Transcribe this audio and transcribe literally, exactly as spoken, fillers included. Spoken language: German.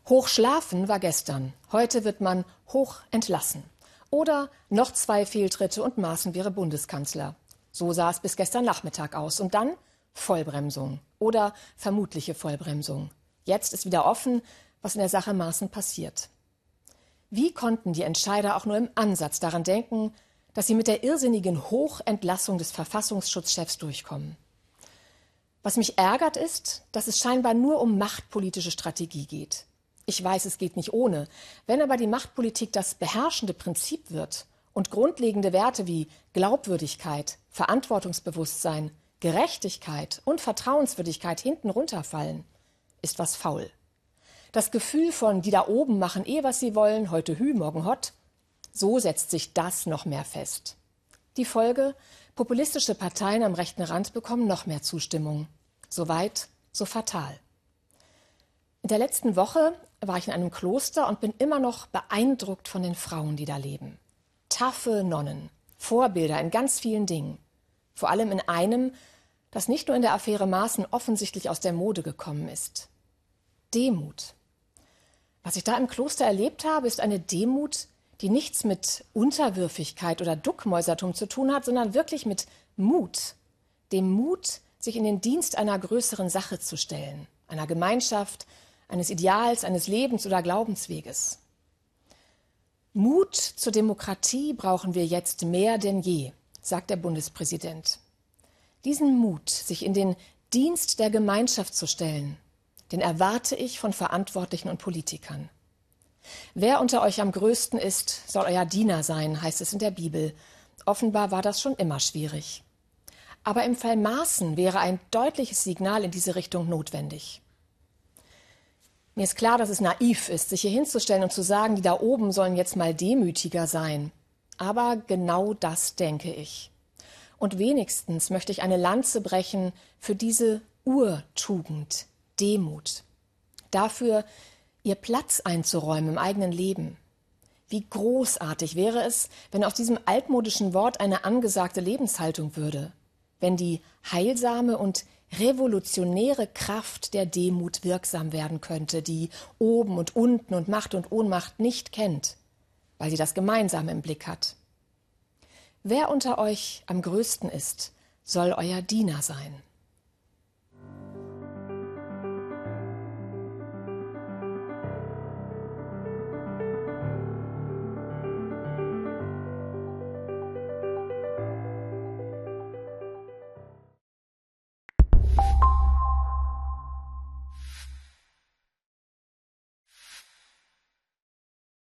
Hoch schlafen war gestern, heute wird man hoch entlassen. Oder noch zwei Fehltritte und Maaßen wäre Bundeskanzler. So sah es bis gestern Nachmittag aus. Und dann Vollbremsung oder vermutliche Vollbremsung. Jetzt ist wieder offen, was in der Sache Maaßen passiert. Wie konnten die Entscheider auch nur im Ansatz daran denken, dass sie mit der irrsinnigen Hochentlassung des Verfassungsschutzchefs durchkommen? Was mich ärgert ist, dass es scheinbar nur um machtpolitische Strategie geht. Ich weiß, es geht nicht ohne. Wenn aber die Machtpolitik das beherrschende Prinzip wird und grundlegende Werte wie Glaubwürdigkeit, Verantwortungsbewusstsein, Gerechtigkeit und Vertrauenswürdigkeit hinten runterfallen, ist was faul. Das Gefühl von, die da oben machen eh, was sie wollen, heute hü, morgen hott, so setzt sich das noch mehr fest. Die Folge? Populistische Parteien am rechten Rand bekommen noch mehr Zustimmung. So weit, so fatal. In der letzten Woche war ich in einem Kloster und bin immer noch beeindruckt von den Frauen, die da leben. Taffe Nonnen, Vorbilder in ganz vielen Dingen. Vor allem in einem, das nicht nur in der Affäre Maaßen offensichtlich aus der Mode gekommen ist. Demut. Was ich da im Kloster erlebt habe, ist eine Demut, die nichts mit Unterwürfigkeit oder Duckmäusertum zu tun hat, sondern wirklich mit Mut. Dem Mut, sich in den Dienst einer größeren Sache zu stellen, einer Gemeinschaft, eines Ideals, eines Lebens oder Glaubensweges. Mut zur Demokratie brauchen wir jetzt mehr denn je, sagt der Bundespräsident. Diesen Mut, sich in den Dienst der Gemeinschaft zu stellen, den erwarte ich von Verantwortlichen und Politikern. Wer unter euch am größten ist, soll euer Diener sein, heißt es in der Bibel. Offenbar war das schon immer schwierig. Aber im Fall Maaßen wäre ein deutliches Signal in diese Richtung notwendig. Mir ist klar, dass es naiv ist, sich hier hinzustellen und zu sagen, die da oben sollen jetzt mal demütiger sein. Aber genau das denke ich. Und wenigstens möchte ich eine Lanze brechen für diese Urtugend, Demut. Dafür, ihr Platz einzuräumen im eigenen Leben. Wie großartig wäre es, wenn aus diesem altmodischen Wort eine angesagte Lebenshaltung würde. Wenn die heilsame und revolutionäre Kraft der Demut wirksam werden könnte, die oben und unten und Macht und Ohnmacht nicht kennt, weil sie das Gemeinsame im Blick hat. Wer unter euch am größten ist, soll euer Diener sein.